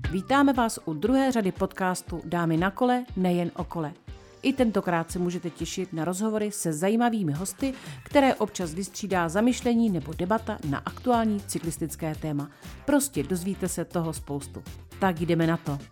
Vítáme vás u druhé řady podcastu Dámy na kole, nejen o kole. I tentokrát se můžete těšit na rozhovory se zajímavými hosty, které občas vystřídá zamyšlení nebo debata na aktuální cyklistické téma. Prostě dozvíte se toho spoustu. Tak jdeme na to.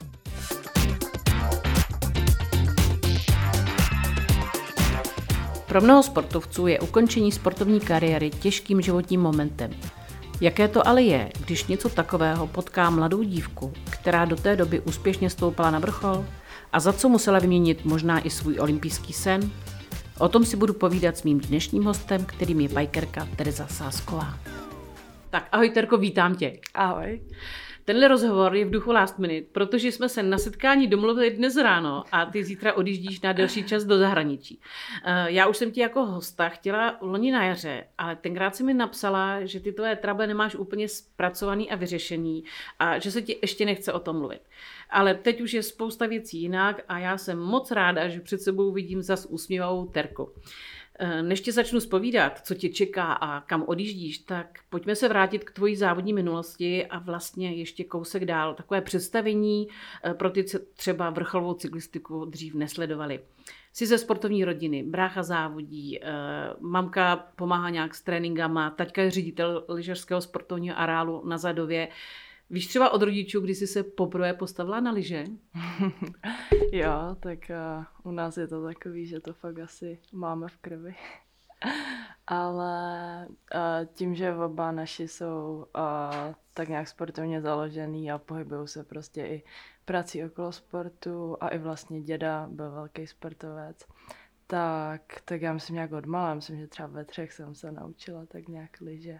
Pro mnoho sportovců je ukončení sportovní kariéry těžkým životním momentem. Jaké to ale je, když něco takového potká mladou dívku, která do té doby úspěšně stoupala na vrchol a za co musela vyměnit možná i svůj olympijský sen? O tom si budu povídat s mým dnešním hostem, kterým je bikerka Tereza Sásková. Tak ahoj Terko, vítám tě. Ahoj. Tenhle rozhovor je v duchu last minute, protože jsme se na setkání domluvili dnes ráno a ty zítra odjíždíš na delší čas do zahraničí. Já už jsem ti jako hosta chtěla loni na jaře, ale tenkrát si mi napsala, že ty tvoje trable nemáš úplně zpracovaný a vyřešený a že se ti ještě nechce o tom mluvit. Ale teď už je spousta věcí jinak a já jsem moc ráda, že před sebou vidím zas úsměvavou Terku. Než tě začnu zpovídat, co tě čeká a kam odjíždíš, tak pojďme se vrátit k tvojí závodní minulosti a vlastně ještě kousek dál. Takové představení pro ty třeba vrcholovou cyklistiku dřív nesledovali. Jsi ze sportovní rodiny, brácha závodí, mamka pomáhá nějak s tréninkama, taťka je ředitel lyžařského sportovního areálu na Zadově. Víš třeba od rodičů, kdy jsi se poprvé postavila na lyže? Jo, tak u nás je to takový, že to fakt asi máme v krvi. Ale tím, že oba naši jsou tak nějak sportovně založený a pohybují se prostě i prací okolo sportu a i vlastně děda byl velký sportovec, tak já myslím nějak odmala, myslím, že třeba ve 3 jsem se naučila tak nějak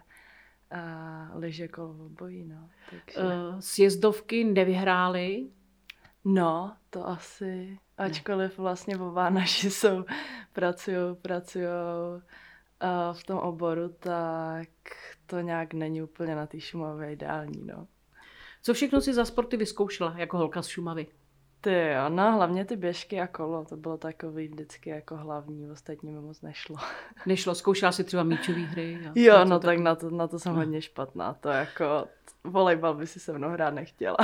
lyže kolo obojí, no. Takže... Sjezdovky nevyhrály? No, to asi, ačkoliv vlastně oba naši pracují v tom oboru, tak to nějak není úplně na té Šumavě ideální, no. Co všechno si za sporty vyzkoušela jako holka z Šumavy? Ty jo, no hlavně ty běžky a kolo, to bylo takový vždycky jako hlavní, ostatní mi moc nešlo. Nešlo, zkoušela si třeba míčové hry? Jo, no tak na to jsem hodně špatná, to jako volejbal by si se mnou hrát nechtěla.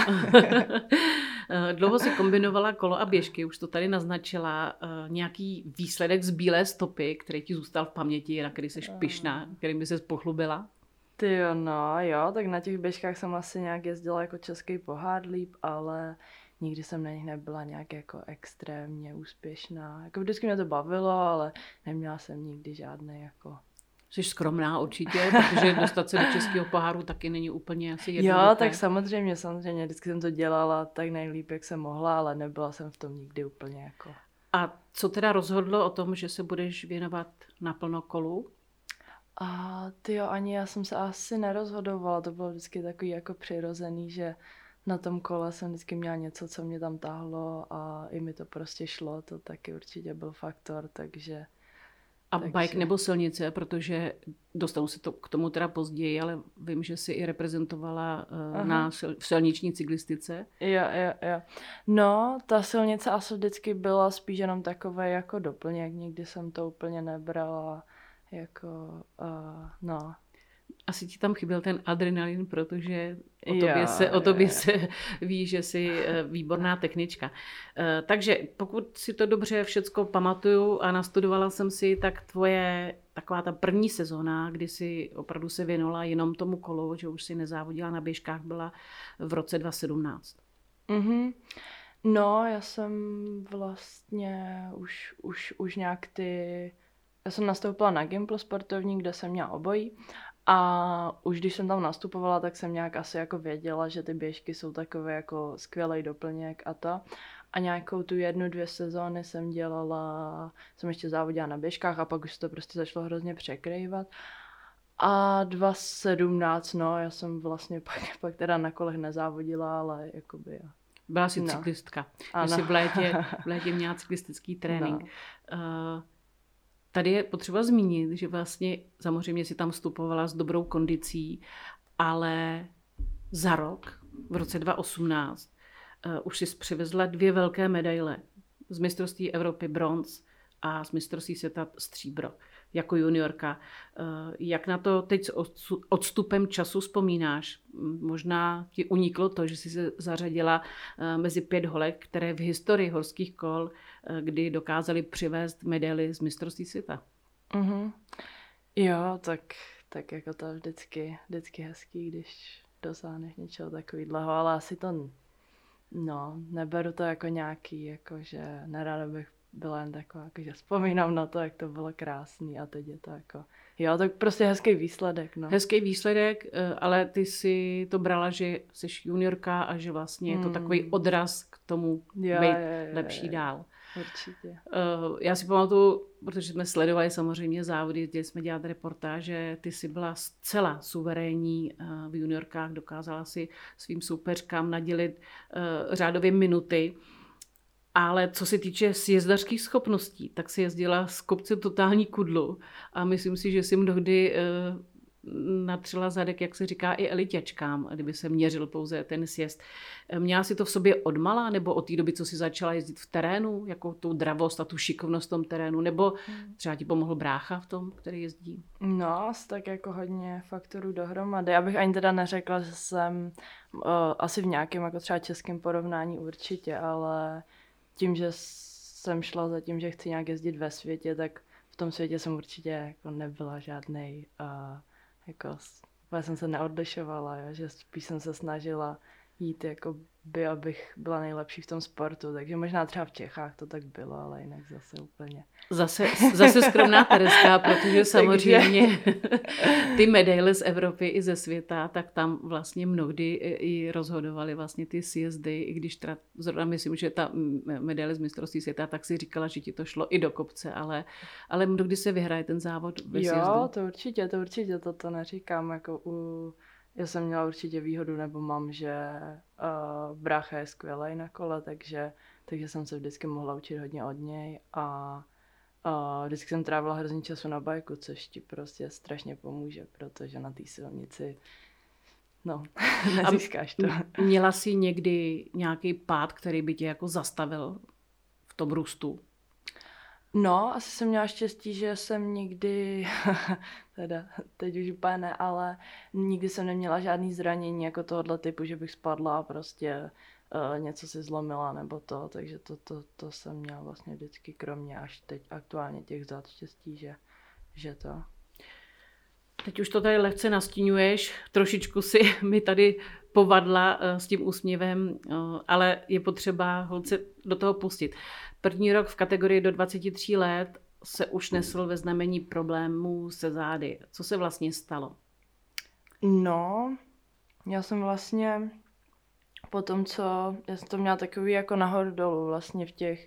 Dlouho si kombinovala kolo a běžky, už to tady naznačila. Nějaký výsledek z bílé stopy, který ti zůstal v paměti, na který jsi pyšná, kterým by ses pochlubila? Ty jo, no jo, tak na těch běžkách jsem asi nějak jezdila jako český pohár líp, ale nikdy jsem na nich nebyla nějak jako extrémně úspěšná. Jako vždycky mě to bavilo, ale neměla jsem nikdy žádný jako... Jsi skromná určitě, protože dostat se do českého poháru taky není úplně asi jednoduché. Jo, tak samozřejmě, vždycky jsem to dělala tak nejlíp, jak jsem mohla, ale nebyla jsem v tom nikdy úplně jako... A co teda rozhodlo o tom, že se budeš věnovat naplno kolu? Tyjo, ani já jsem se asi nerozhodovala, to bylo vždycky takový jako přirozený, že na tom kole jsem vždycky měla něco, co mě tam táhlo a i mi to prostě šlo, to taky určitě byl faktor, takže... Bike nebo silnice, protože dostanu se to k tomu teda později, ale vím, že jsi i reprezentovala v silniční cyklistice. Jo. No, ta silnice asi vždycky byla spíš jenom takové jako doplněk, nikdy jsem to úplně nebrala jako, no. Asi ti tam chyběl ten adrenalin, protože o tobě se ví, že jsi výborná technička. Takže pokud si to dobře všecko pamatuju a nastudovala jsem si, tak tvoje taková ta první sezóna, kdy si opravdu se věnovala jenom tomu kolu, že už si nezávodila na běžkách, byla v roce 2017. Mm-hmm. No, já jsem vlastně už nějak já jsem nastoupila na Gimpl sportovní, kde jsem měla obojí. A už když jsem tam nastupovala, tak jsem nějak asi jako věděla, že ty běžky jsou takové jako skvělý doplněk a to. A nějakou tu 1-2 sezóny jsem ještě závodila na běžkách a pak už se to prostě začalo hrozně překrývat. A 2017, no, já jsem vlastně pak teda na kolech nezávodila, ale jakoby jo. Byla jsi cyklistka, že jsi v létě měla cyklistický trénink. No. Tady je potřeba zmínit, že vlastně samozřejmě si tam vstupovala s dobrou kondicí, ale za rok, v roce 2018, už si přivezla 2 velké medaile. Z mistrovství Evropy bronz a z mistrovství světa stříbro. jako juniorka. Jak na to teď s odstupem času vzpomínáš? Možná ti uniklo to, že jsi se zařadila mezi 5 holek, které v historii horských kol, kdy dokázali přivést medaili z mistrovství světa. Mm-hmm. Jo, tak jako to vždycky hezký, když dosáhneš něčeho takového, ale asi to, neberu to jako nějaký, jakože nerada bych byla jen taková, jakože vzpomínám na to, jak to bylo krásný a teď je to jako, jo, tak prostě hezký výsledek, no. Hezký výsledek, ale ty si to brala, že jsi juniorka a že vlastně je to takový odraz k tomu být lepší dál. Určitě. Já si pamatuju, protože jsme sledovali samozřejmě závody, kde jsme dělali reportáže, ty jsi byla zcela suverénní v juniorkách, dokázala si svým soupeřkám nadělit řádově minuty, ale co se týče sjezdařských schopností, tak si jezdila s kopcem totální kudlu a myslím si, že si mnohdy natřela zadek, jak se říká, i eliťačkám, kdyby se měřil pouze ten sjezd. Měla si to v sobě odmala, nebo od té doby, co si začala jezdit v terénu, jako tu dravost a tu šikovnost v tom terénu, nebo třeba ti pomohl brácha v tom, který jezdí? No, tak jako hodně faktorů dohromady. Já bych ani teda neřekla, že jsem asi v nějakém jako třeba českém porovnání určitě, ale tím, že jsem šla za tím, že chci nějak jezdit ve světě, tak v tom světě jsem určitě jako nebyla žádnej jako jsem se neodlišovala, jo, že spíš jsem se snažila jít jako by, abych byla nejlepší v tom sportu, takže možná třeba v Čechách to tak bylo, ale jinak zase úplně. Zase skromná Tereska, protože samozřejmě ty medaile z Evropy i ze světa, tak tam vlastně mnohdy i rozhodovaly vlastně ty sjezdy, i když zrovna myslím, že ta medaile z mistrovství světa, tak si říkala, že ti to šlo i do kopce, ale mnohdy se vyhraje ten závod ve sjezdu. Jo, to určitě, to neříkám, jako já jsem měla určitě výhodu, nebo mám, že brácha je skvělej na kole, takže jsem se vždycky mohla učit hodně od něj a vždycky jsem trávila hrozně času na bajku, což ti prostě strašně pomůže, protože na té silnici nezískáš to. Měla jsi někdy nějaký pád, který by tě jako zastavil v tom růstu? No, asi jsem měla štěstí, že jsem nikdy, teda teď už úplně ne, ale nikdy jsem neměla žádný zranění jako tohohle typu, že bych spadla a prostě něco si zlomila nebo to, takže to jsem měla vlastně vždycky, kromě až teď aktuálně těch zad štěstí, že to. Teď už to tady lehce nastíňuješ, trošičku si mi tady povadla s tím úsměvem, ale je potřeba holce do toho pustit. První rok v kategorii do 23 let se už nesl ve znamení problémů se zády. Co se vlastně stalo? No, já jsem vlastně po tom, já jsem to měla takový jako nahoru dolů vlastně v těch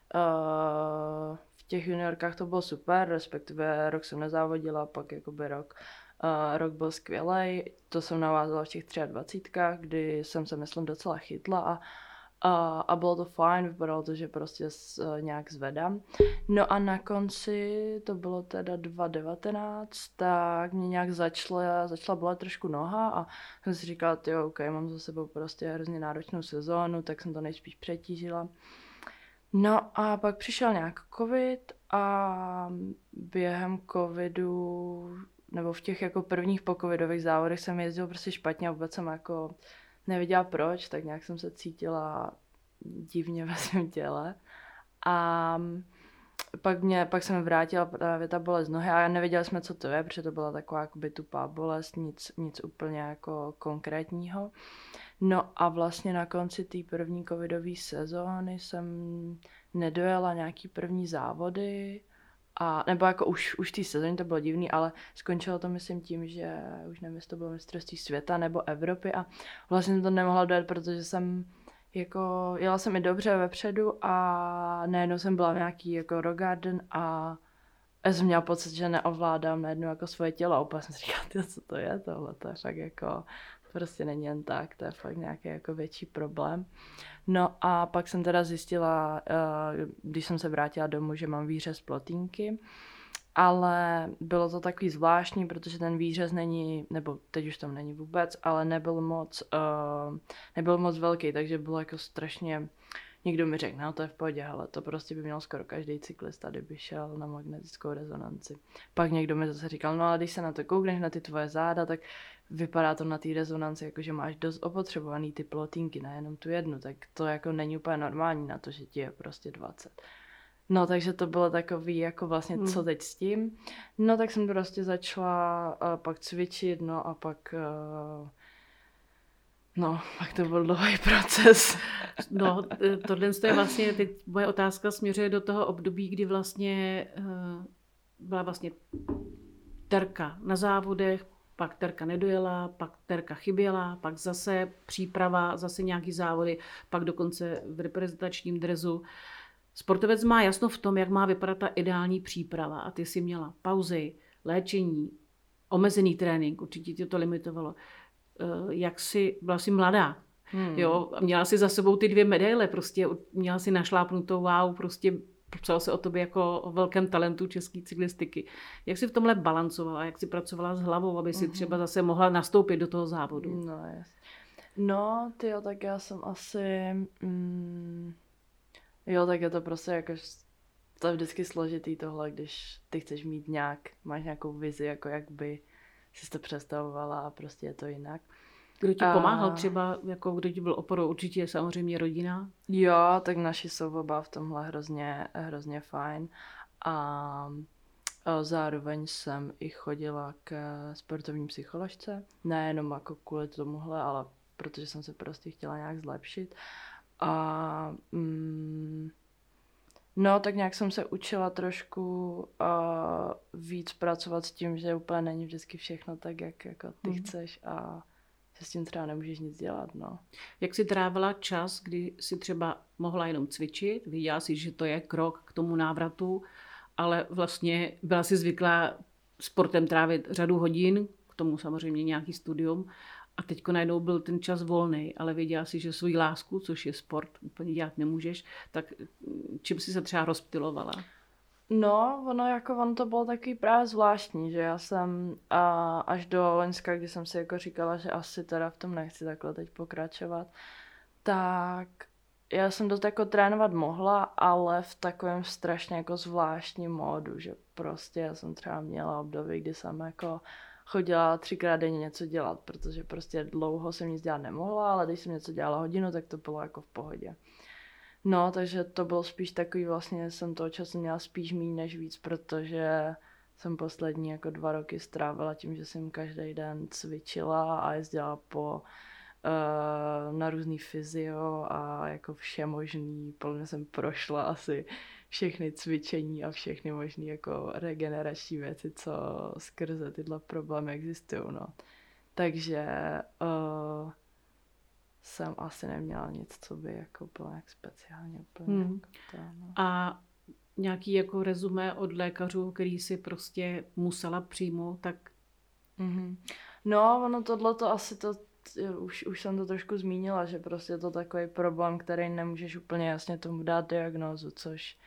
juniorkách to bylo super, respektive rok jsem nezávodila, pak jakoby rok byl skvělej, to jsem navázala v těch 23, kdy jsem se myslím docela chytla a bylo to fajn, vypadalo to, že prostě nějak zvedám. No a na konci, to bylo teda 2019, tak mě nějak začala bolet trošku noha a jsem si říkala, OK, mám za sebou prostě hrozně náročnou sezónu, tak jsem to nejspíš přetížila. No a pak přišel nějak covid a během covidu, nebo v těch jako prvních pocovidových závodech jsem jezdil prostě špatně a vůbec jsem jako nevěděla proč, tak nějak jsem se cítila divně ve svém těle. A pak jsem vrátila právě ta bolest nohy a nevěděli jsme, co to je, protože to byla taková jakoby tupá bolest, nic úplně jako konkrétního. No a vlastně na konci té první covidové sezóny jsem nedojela nějaký první závody, nebo jako už té sezóny to bylo divný, ale skončilo to myslím tím, že už nevím, jestli to bylo mistrovství světa nebo Evropy a vlastně jsem to nemohla dojet, protože jsem jako, jela jsem i dobře vepředu a najednou jsem byla v nějaký jako rock garden a já jsem měla pocit, že neovládám najednou jako svoje tělo a úplně jsem si říkala, co to je tohle, to je fakt jako, prostě není jen tak, to je fakt nějaký jako větší problém. No a pak jsem teda zjistila, když jsem se vrátila domů, že mám výřez plotínky, ale bylo to takový zvláštní, protože ten výřez není, nebo teď už tam není vůbec, ale nebyl moc velký, takže bylo jako strašně někdo mi řekne, no to je v pohodě, ale to prostě by měl skoro každý cyklista, kdyby šel na magnetickou rezonanci. Pak někdo mi zase říkal, no ale když se na to koukneš, na ty tvoje záda, tak vypadá to na té rezonanci, jako že máš dost opotřebovaný ty plotínky, nejenom tu jednu, tak to jako není úplně normální na to, že ti je prostě 20. No, takže to bylo takový, jako vlastně, co teď s tím. No, tak jsem prostě začala pak cvičit, no a pak... pak to byl dlouhý proces. No, tohle je vlastně, teď moje otázka směřuje do toho období, kdy vlastně byla vlastně terka na závodech, pak terka nedojela, pak terka chyběla, pak zase příprava, zase nějaký závody, pak dokonce v reprezentačním dresu. Sportovec má jasno v tom, jak má vypadat ta ideální příprava a ty si měla pauzy, léčení, omezený trénink, určitě tě to limitovalo. Jak byla jsi mladá, jo, a měla si za sebou ty 2 medaile, prostě měla si našlápnutou, wow, prostě psalo se o tobě jako o velkém talentu české cyklistiky. Jak jsi v tomhle balancovala, jak jsi pracovala s hlavou, aby si třeba zase mohla nastoupit do toho závodu? No, jasně. No, tyjo, tak já jsem asi... Jo, tak je to prostě jako... To je vždycky složitý tohle, když ty chceš mít máš nějakou vizi, jako jak by jsi to představovala a prostě je to jinak. Kdo ti pomáhal třeba, jako kdo ti byl oporou? Určitě je samozřejmě rodina. Jo, tak naši jsou oba v tomhle hrozně fajn. A zároveň jsem i chodila k sportovní psycholožce. Nejenom jako kvůli tomuhle, ale protože jsem se prostě chtěla nějak zlepšit. A no, tak nějak jsem se učila trošku víc pracovat s tím, že úplně není vždycky všechno tak, jak jako ty chceš a že s tím třeba nemůžeš nic dělat, no. Jak jsi trávila čas, kdy si třeba mohla jenom cvičit, viděla si, že to je krok k tomu návratu, ale vlastně byla si zvyklá sportem trávit řadu hodin, k tomu samozřejmě nějaký studium, a teďko najednou byl ten čas volný, ale věděla si, že svou lásku, což je sport, úplně dělat nemůžeš, tak čím jsi se třeba rozptylovala? No, ono to bylo takový právě zvláštní, že já jsem až do loňska, kdy jsem si jako říkala, že asi teda v tom nechci takhle teď pokračovat, tak já jsem to jako trénovat mohla, ale v takovém strašně jako zvláštním módu, že prostě já jsem třeba měla období, kdy jsem jako chodila 3krát denně něco dělat, protože prostě dlouho jsem nic dělat nemohla, ale když jsem něco dělala hodinu, tak to bylo jako v pohodě. No, takže to bylo spíš takový, vlastně jsem toho času měla spíš míň než víc, protože jsem poslední jako 2 roky strávila tím, že jsem každý den cvičila a jezdila na různý fyzio a jako vše možný, plně jsem prošla asi všechny cvičení a všechny možný jako regenerační věci, co skrze tyhle problémy existují, no. Takže jsem asi neměla nic, co by jako bylo jak speciálně úplně jako to, no. A nějaký jako rezumé od lékařů, který si prostě musela přijmout, tak... No, ono tohleto asi už jsem to trošku zmínila, že prostě je to takový problém, který nemůžeš úplně jasně tomu dát diagnózu, což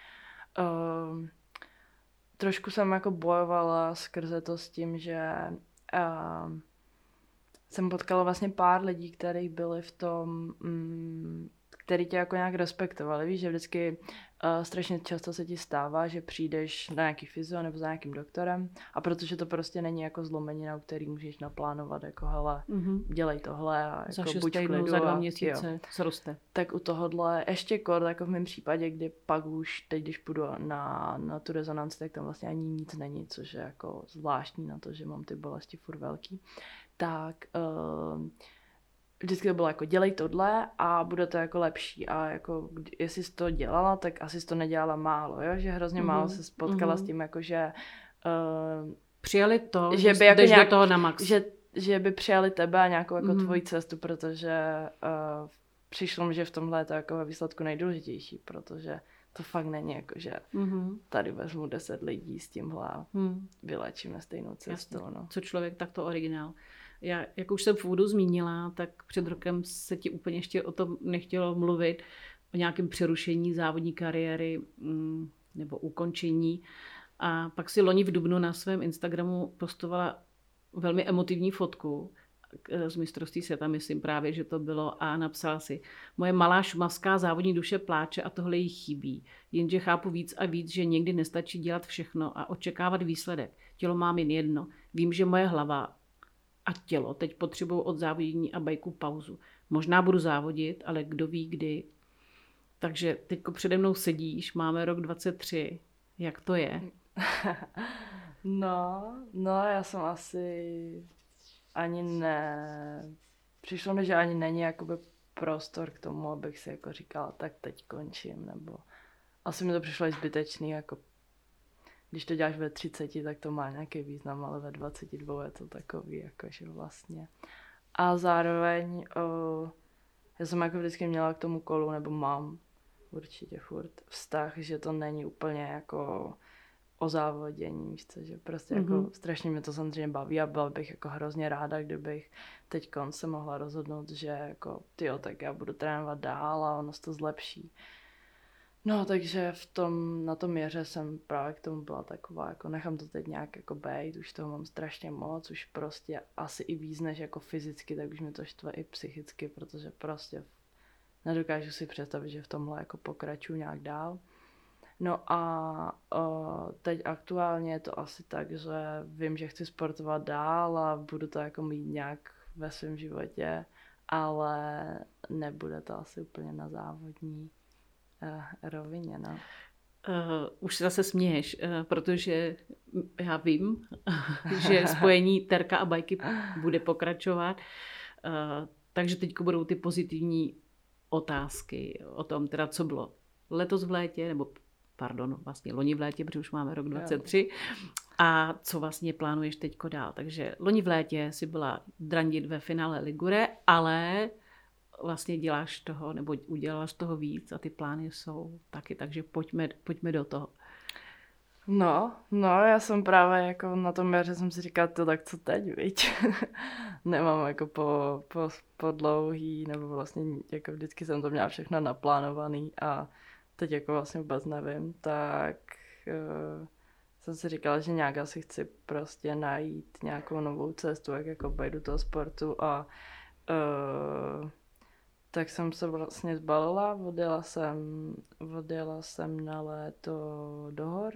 trošku jsem jako bojovala skrze to s tím, že jsem potkala vlastně pár lidí, kteří byli v tom, který tě jako nějak respektovali. Víš, že vždycky strašně často se ti stává, že přijdeš na nějaký fyzio nebo za nějakým doktorem a protože to prostě není jako zlomenina, u který můžeš naplánovat, jako hele, dělej tohle a jako za 6 buď v klidu, za 2 měsíce zroste. Tak u tohohle ještě jako v mém případě, kdy pak už teď, když půjdu na tu rezonanci, tak tam vlastně ani nic není, což je jako zvláštní na to, že mám ty bolesti furt velký. Tak vždycky to bylo jako dělej tohle a bude to jako lepší a jako jestli jsi to dělala, tak asi jsi to nedělala málo, jo? Že hrozně málo se spotkala s tím, jako že přijali to, že by jako jdeš nějak, do toho na max. Že by přijali tebe a nějakou jako tvoji cestu, protože přišlo mi, že v tomhle je to jako ve výsledku nejdůležitější, protože to fakt není jako, že tady vezmu 10 lidí s tímhle a vylečíme stejnou cestu. No. Co člověk, tak to originál. Já, jak už jsem v úvodu zmínila, tak před rokem se ti úplně ještě o tom nechtělo mluvit, o nějakém přerušení závodní kariéry nebo ukončení. A pak si loni v dubnu na svém Instagramu postovala velmi emotivní fotku z mistrovství světa, myslím právě, že to bylo, a napsala si: moje malá šumavská závodní duše pláče a tohle jí chybí. Jenže chápu víc a víc, že někdy nestačí dělat všechno a očekávat výsledek. Tělo mám jen jedno. Vím, že moje hlava a tělo teď potřebují od závodění a bajku pauzu. Možná budu závodit, ale kdo ví kdy. Takže teďko přede mnou sedíš, máme rok 23. Jak to je? No, já jsem asi ani ne... Přišlo mi, že ani není jakoby prostor k tomu, abych si jako říkala, tak teď končím, nebo... Asi mi to přišlo i zbytečný, jako... Když to děláš ve 30, tak to má nějaký význam, ale ve 22 je to takový, jakože vlastně. A zároveň já jsem jako vždycky měla k tomu kolu, nebo mám určitě furt vztah, že to není úplně jako o závodění, víš co, že prostě jako strašně mě to samozřejmě baví a byla bych jako hrozně ráda, kdybych teď se mohla rozhodnout, že jako tyjo, tak já budu trénovat dál a ono se to zlepší. No, takže na tom jaře jsem právě k tomu byla taková, jako nechám to teď nějak jako bejt, už toho mám strašně moc, už prostě asi i víc než jako fyzicky, tak už mi to štve i psychicky, protože prostě nedokážu si představit, že v tomhle jako pokračuju nějak dál. No a teď aktuálně je to asi tak, že vím, že chci sportovat dál a budu to jako mít nějak ve svém životě, ale nebude to asi úplně na závodní rovině, no. Už se zase směješ, protože já vím, že spojení terka a bajky bude pokračovat, takže teď budou ty pozitivní otázky o tom, teda co bylo letos v létě, nebo vlastně loni v létě, protože už máme rok 23, a co vlastně plánuješ teďko dál. Takže loni v létě si byla drandit ve finále Ligure, ale vlastně děláš toho, nebo uděláš toho víc a ty plány jsou taky, takže pojďme do toho. No, já jsem právě jako na tom jaře jsem si říkala, tak co teď, viď? Nemám jako po dlouhý, nebo vlastně jako vždycky jsem to měla všechno naplánovaný a teď jako vlastně vůbec nevím, tak jsem si říkala, že nějak asi chci prostě najít nějakou novou cestu, jak jako být do toho sportu a tak jsem se vlastně zbalila, odjela jsem na léto do hor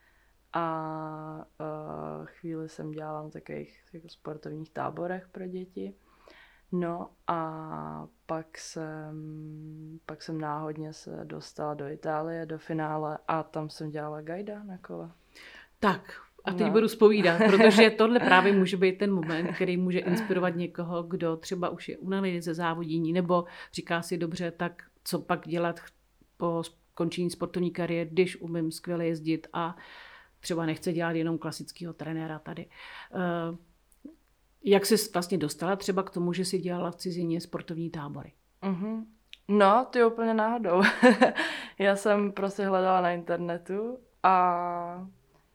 a chvíli jsem dělala na takových jako sportovních táborech pro děti. No a pak jsem náhodně se dostala do Itálie, do finále a tam jsem dělala guida na kole. Tak, a teď budu zpovídat, protože tohle právě může být ten moment, který může inspirovat někoho, kdo třeba už je unavený ze závodění, nebo říká si dobře, tak co pak dělat po skončení sportovní kariéry, když umím skvěle jezdit a třeba nechce dělat jenom klasického trenéra tady. Jak jsi vlastně dostala třeba k tomu, že jsi dělala v cizině sportovní tábory? Mm-hmm. No, ty úplně náhodou. Já jsem prostě hledala na internetu a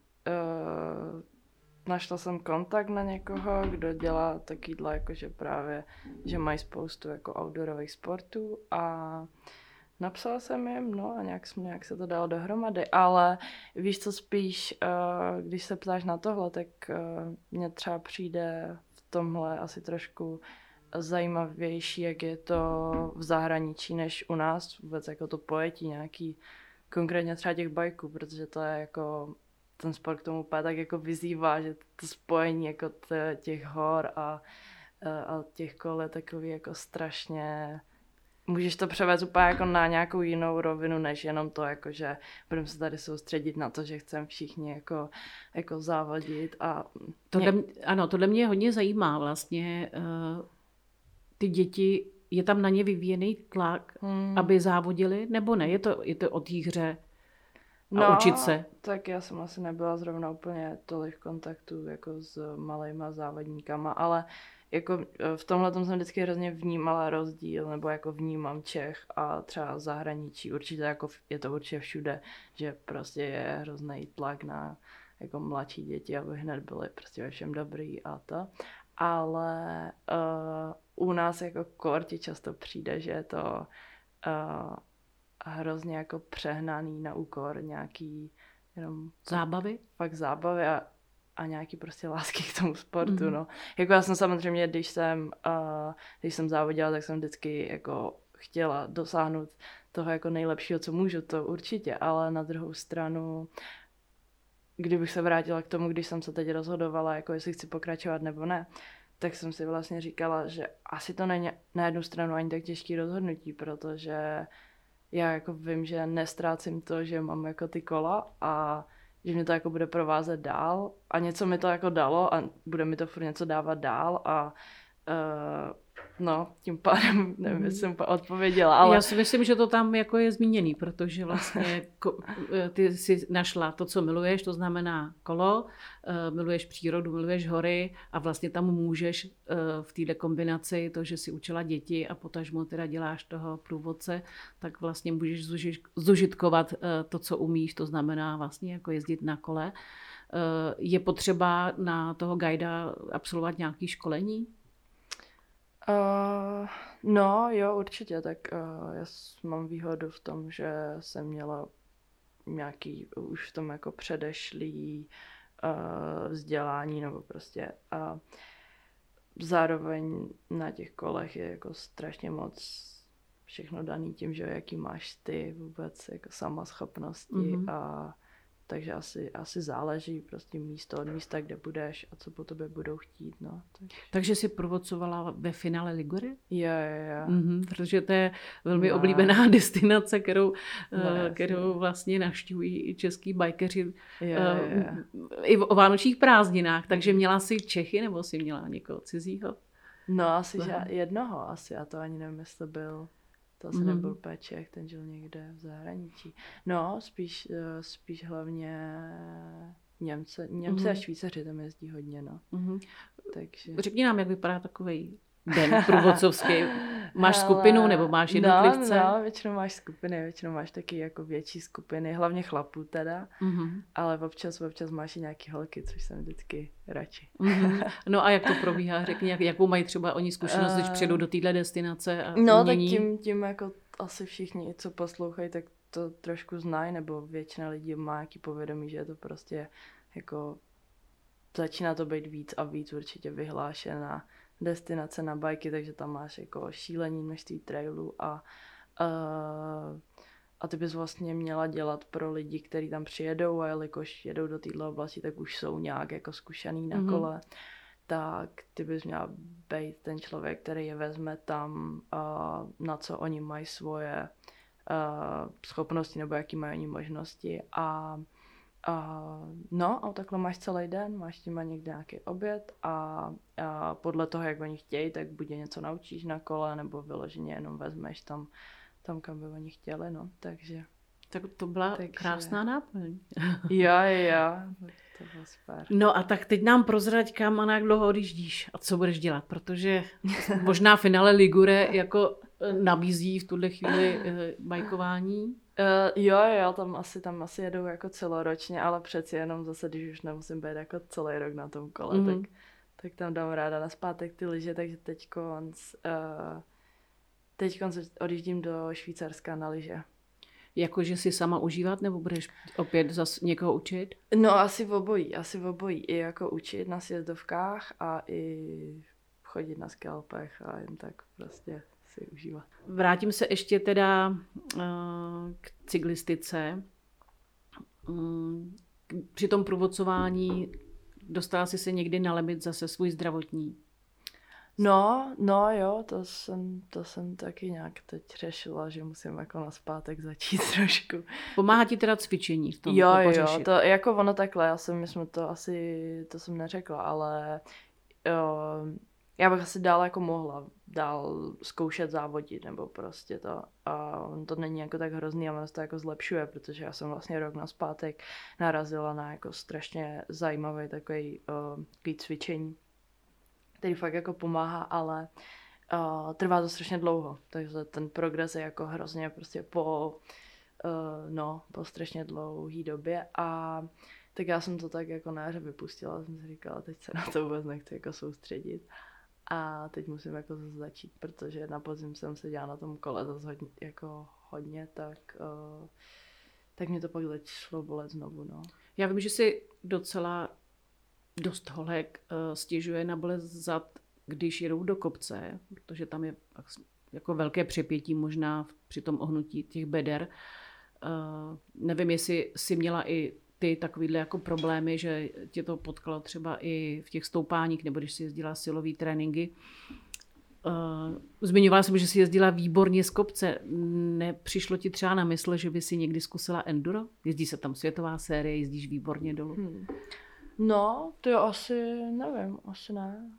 našla jsem kontakt na někoho, kdo dělá takýhle, jakože právě, že mají spoustu jako outdoorových sportů a napsala jsem jim, no a nějak se to dalo dohromady, ale víš co, spíš, když se ptáš na tohle, tak mně třeba přijde v tomhle asi trošku zajímavější, jak je to v zahraničí, než u nás, vůbec jako to pojetí nějaký, konkrétně třeba těch bajků, protože to je jako, ten sport k tomu úplně tak jako vyzývá, že to spojení jako těch hor a těch kol je takový jako strašně, můžeš to převést úplně jako na nějakou jinou rovinu, než jenom to, jako že budeme se tady soustředit na to, že chceme všichni jako závodit. A tohle mě hodně zajímá vlastně. Ty děti, je tam na ně vyvíjený tlak, aby závodili, nebo ne? Je to o té hře a učit se? Tak já jsem asi nebyla zrovna úplně tolik v kontaktu jako s malejma závodníkama, ale jako v tomhle jsem vždycky hrozně vnímala rozdíl, nebo jako vnímám Čech a třeba zahraničí. Určitě jako je to určitě všude, že prostě je hrozný tlak na jako mladší děti, aby hned byly prostě ve všem dobrý a to. Ale u nás jako korti často přijde, že je to hrozně jako přehnaný na úkor nějaký jenom zábavy? Fakt zábavy a nějaký prostě lásky k tomu sportu, no. Jako já jsem samozřejmě, když jsem závodila, tak jsem vždycky jako chtěla dosáhnout toho jako nejlepšího, co můžu, to určitě, ale na druhou stranu, kdybych se vrátila k tomu, když jsem se teď rozhodovala, jako jestli chci pokračovat nebo ne, tak jsem si vlastně říkala, že asi to není na jednu stranu ani tak těžký rozhodnutí, protože já jako vím, že nestrácím to, že mám jako ty kola a že mě to jako bude provázet dál a něco mi to jako dalo a bude mi to furt něco dávat dál a no, tím pádem, nevím, jestli jsem odpověděla, ale... Já si myslím, že to tam jako je zmíněný, protože vlastně ty si našla to, co miluješ, to znamená kolo, miluješ přírodu, miluješ hory a vlastně tam můžeš v této kombinaci to, že si učila děti a potažmo teda děláš toho průvodce, tak vlastně můžeš zužitkovat to, co umíš, to znamená vlastně jako jezdit na kole. Je potřeba na toho guida absolvovat nějaké školení? No, jo, určitě, tak já mám výhodu v tom, že jsem měla nějaký už v tom jako předešlý vzdělání, nebo prostě zároveň na těch kolech je jako strašně moc všechno daný tím, že jaký máš ty vůbec jako sama schopnosti a takže asi záleží prostě místo od místa, kde budeš a co po tobě budou chtít, no. Takže jsi průvodcovala ve finále Ligury? Jo. Protože to je velmi oblíbená destinace, kterou vlastně navštěvují i český bajkeři i o vánočních prázdninách. Takže měla jsi Čechy nebo jsi měla někoho cizího? No asi jednoho asi, a to ani nevím, jestli byl... To asi nebyl Čech, ten žil někde v zahraničí. No, spíš hlavně Němce a Švýcaři tam jezdí hodně, no. Takže... Řekni nám, jak vypadá takovej den průvodcovský. Máš skupinu nebo máš jednotlivce? No, většinou máš skupiny, většinou máš taky jako větší skupiny, hlavně chlapů teda, ale občas máš i nějaký holky, což jsem vždycky radši. No a jak to probíhá? Řekni, jakou mají třeba oni zkušenost, když přijedou do téhle destinace a no, umění? tak tím jako asi všichni, co poslouchají, tak to trošku znají, nebo většina lidí má nějaký povědomí, že je to prostě jako začíná to být víc a víc určitě vyhlášená destinace na bajky, takže tam máš jako šílený množství trailů a ty bys vlastně měla dělat pro lidi, kteří tam přijedou a jelikož jedou do této oblasti, tak už jsou nějak jako zkušený na kole, tak ty bys měla být ten člověk, který je vezme tam, na co oni mají svoje schopnosti nebo jaký mají oni možnosti a takhle máš celý den, máš tím někde nějaký oběd a podle toho, jak oni chtějí, tak buď něco naučíš na kole, nebo vyloženě jenom vezmeš tam kam by oni chtěli, no, takže... Tak to byla krásná náplň. Jo, to bylo super. No a tak teď nám prozrať, kam a jak dlouho odjíždíš a co budeš dělat, protože možná finále Ligure jako nabízí v tuhle chvíli bajkování. Jo, tam asi jedou jako celoročně, ale přeci jenom zase, když už nemusím být jako celý rok na tom kole, tak tam dám ráda nazpátek ty lyže, takže teď odjíždím do Švýcarska na lyže. Jakože si sama užívat, nebo budeš opět zase někoho učit? No asi v obojí. I jako učit na sjezdovkách a i chodit na skalpech a jen tak prostě si užívat. Vrátím se ještě teda k cyklistice. Při tom průvodcování dostala jsi se někdy na limit zase svůj zdravotní? No jo, to jsem taky nějak teď řešila, že musím jako nazpátek začít trošku. Pomáhá ti teda cvičení v tom? Jo, to jako ono takhle, my jsme to asi, to jsem neřekla, ale já bych asi dál jako mohla dál zkoušet závodit, nebo prostě to. A to není jako tak hrozný a ono se to jako zlepšuje, protože já jsem vlastně rok nazpátek narazila na jako strašně zajímavý takový cvičení, který fakt jako pomáhá, ale trvá to strašně dlouho, takže ten progres je jako hrozně prostě po strašně dlouhý době a tak já jsem to tak jako na jaře vypustila, jsem si říkala, teď se na to vůbec nechci jako soustředit a teď musím jako zase začít, protože na podzim jsem se dělala na tom kole zase hodně, tak mě to pak začalo bolet znovu, no. Já vím, že jsi docela dost holek stěžuje na bolest zad, když jedou do kopce, protože tam je jako velké přepětí možná při tom ohnutí těch beder. Nevím, jestli jsi měla i ty takovýhle jako problémy, že tě to potkalo třeba i v těch stoupáních, nebo když jsi jezdila silový tréninky. Zmiňovala jsem, že jsi jezdila výborně z kopce. Nepřišlo ti třeba na mysl, že by si někdy zkusila enduro? Jezdí se tam světová série, jezdíš výborně dolů. No, to asi nevím, asi ne.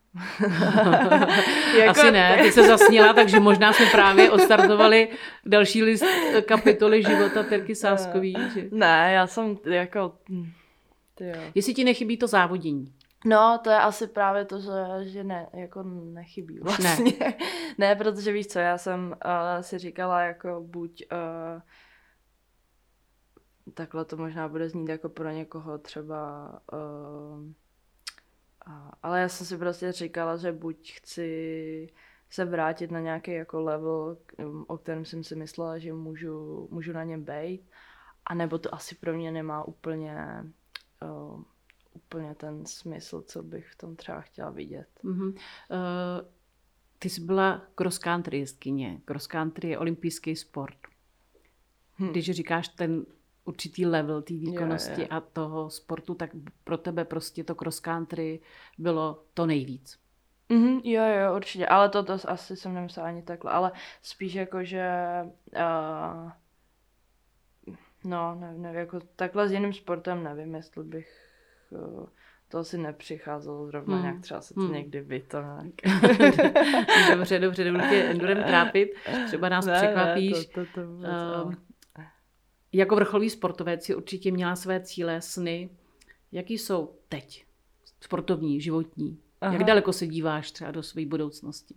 Asi ne, ty se zasněla, takže možná jsme právě odstartovali další list kapitoly života Terky Sáskový. Že? Ne, já jsem jako... Jestli ti nechybí to závodění? No, to je asi právě to, že ne, jako nechybí vlastně. Ne, protože víš co, já jsem si říkala jako buď... takhle to možná bude znít jako pro někoho třeba... ale já jsem si prostě říkala, že buď chci se vrátit na nějaký jako level, o kterém jsem si myslela, že můžu na něm bejt, anebo to asi pro mě nemá úplně ten smysl, co bych v tom třeba chtěla vidět. Mm-hmm. Ty jsi byla cross country jezdkyně. Cross country je olympijský sport. Když říkáš ten určitý level té výkonnosti a toho sportu, tak pro tebe prostě to cross country bylo to nejvíc. Jo, určitě, ale to asi jsem nemyslela ani takhle, ale spíš jako, že nevím, jako takhle s jiným sportem nevím, jestli bych to asi nepřicházelo zrovna nějak, třeba se to někdy vytoná. Dobře, nebudu tě endurem trápit, třeba nás překvapíš. Jako vrcholový sportovec si určitě měla své cíle, sny. Jaký jsou teď? Sportovní, životní. Aha. Jak daleko se díváš třeba do své budoucnosti?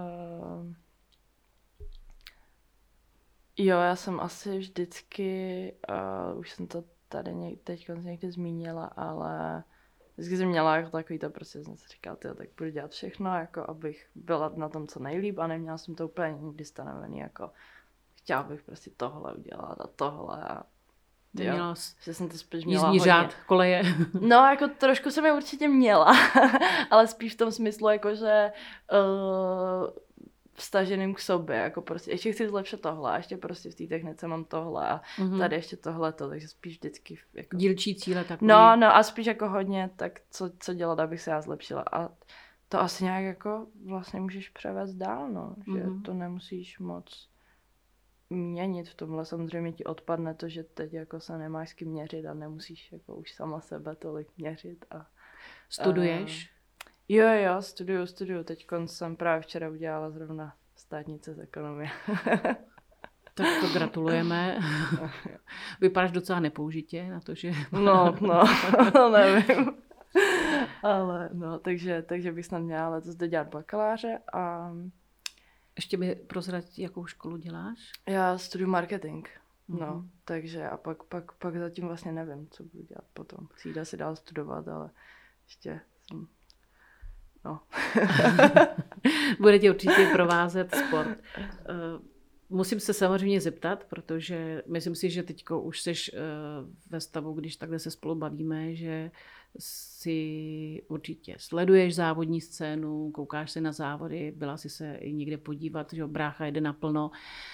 Jo, já jsem asi vždycky, už jsem to tady teď někdy zmínila, ale vždycky jsem měla jako takový to, prostě jsem si říkala, tak budu dělat všechno, jako abych byla na tom co nejlíp a neměla jsem to úplně nikdy stanovený, jako chtěla bych prostě tohle udělat a tohle a že jsem to spíš měla jízdní řád, koleje. No, jako trošku jsem je určitě měla, ale spíš v tom smyslu, jako že vztaženým k sobě, jako prostě ještě chci zlepšit tohle a ještě prostě v té technice mám tohle a tady ještě tohleto, takže spíš vždycky jako... Dílčí cíle takový. No a spíš jako hodně, tak co dělat, abych se já zlepšila a to asi nějak jako vlastně můžeš převést dál, no, že to nemusíš moc měnit v tomhle, samozřejmě ti odpadne to, že teď jako se nemáš s kým měřit a nemusíš jako už sama sebe tolik měřit a... Studuješ? Jo, studuju. Teďkon jsem právě včera udělala zrovna státnice z ekonomie. Tak to gratulujeme. Vypadáš docela nepoužitě na to, že... No, nevím. Ale no, takže bych snad měla letos dělat bakaláře a... Ještě mi prozrať, jakou školu děláš? Já studuju marketing. No, takže a pak zatím vlastně nevím, co budu dělat potom. Chci asi dál studovat, ale ještě jsem... No. Bude tě určitě provázet sport. Musím se samozřejmě zeptat, protože myslím si, že teďko už seš ve stavu, když takhle se spolu bavíme, že si určitě sleduješ závodní scénu, koukáš se na závody, byla si se i někde podívat, že brácha jede naplno.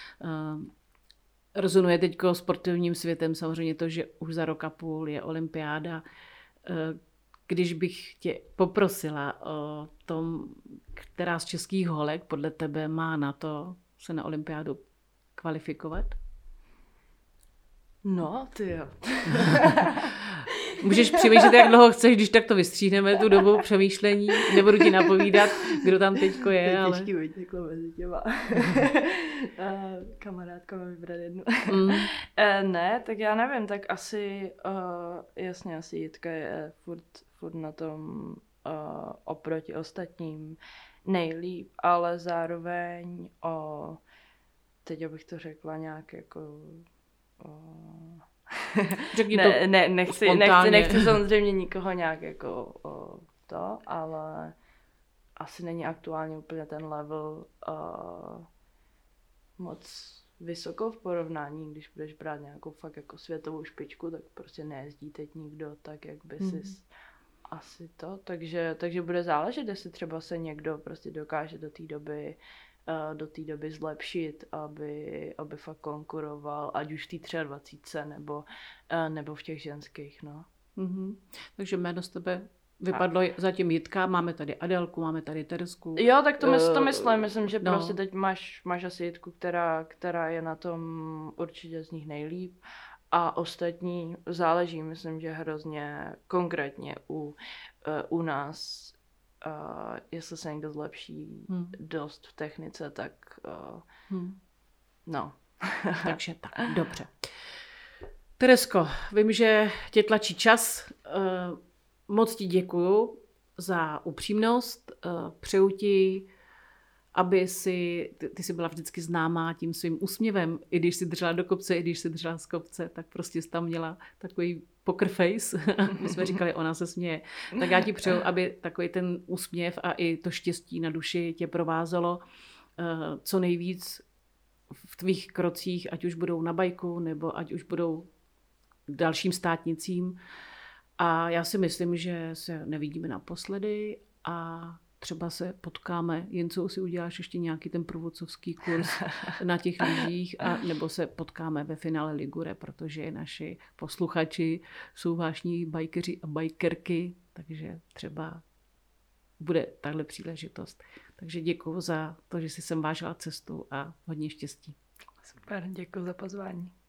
Rezonuje teďko sportovním světem samozřejmě to, že už za rok a půl je olympiáda. Když bych tě poprosila o tom, která z českých holek podle tebe má na to se na olympiádu kvalifikovat? No, ty jo. Můžeš přemýšlet, jak dlouho chceš, když tak to vystříhneme, tu dobu přemýšlení. Nebudu ti napovídat, kdo tam teďko je. To je ale... těžký vytěklo mezi těma. Kamarádka má vybrat jednu. Ne, tak já nevím, tak asi, jasně, asi Jitka je furt na tom oproti ostatním nejlíp, ale zároveň teď bych to řekla nějak jako... Nechci samozřejmě nikoho nějak jako to, ale asi není aktuálně úplně ten level moc vysoko v porovnání, když budeš brát nějakou fakt jako světovou špičku, tak prostě nejezdí teď nikdo tak, jak by si asi to, takže bude záležet, jestli třeba se někdo prostě dokáže do té doby zlepšit, aby fakt konkuroval, ať už v té 23 nebo v těch ženských, no. Mm-hmm. Takže jméno z tebe vypadlo zatím Jitka, máme tady Adelku, máme tady Teresku. Jo, tak to myslím, že prostě teď máš asi Jitku, která je na tom určitě z nich nejlíp. A ostatní záleží, myslím, že hrozně konkrétně u nás, jestli se někdo zlepší dost v technice, tak no. Takže tak, dobře. Teresko, vím, že tě tlačí čas. Moc ti děkuju za upřímnost. Přeju ti, aby ty jsi byla vždycky známá tím svým úsměvem, i když jsi držela do kopce, i když jsi držela z kopce, tak prostě jsi tam měla takový poker face. My jsme říkali, ona se směje. Tak já ti přeju, aby takový ten úsměv a i to štěstí na duši tě provázelo co nejvíc v tvých krocích, ať už budou na bajku, nebo ať už budou dalším státnicím. A já si myslím, že se nevidíme naposledy a třeba se potkáme, jen co si uděláš ještě nějaký ten průvodcovský kurz na těch lyžích, nebo se potkáme ve finále Ligure, protože naši posluchači jsou vášní bajkeři a bajkerky, takže třeba bude tahle příležitost. Takže děkuji za to, že jsi sem vážila cestu a hodně štěstí. Super, děkuji za pozvání.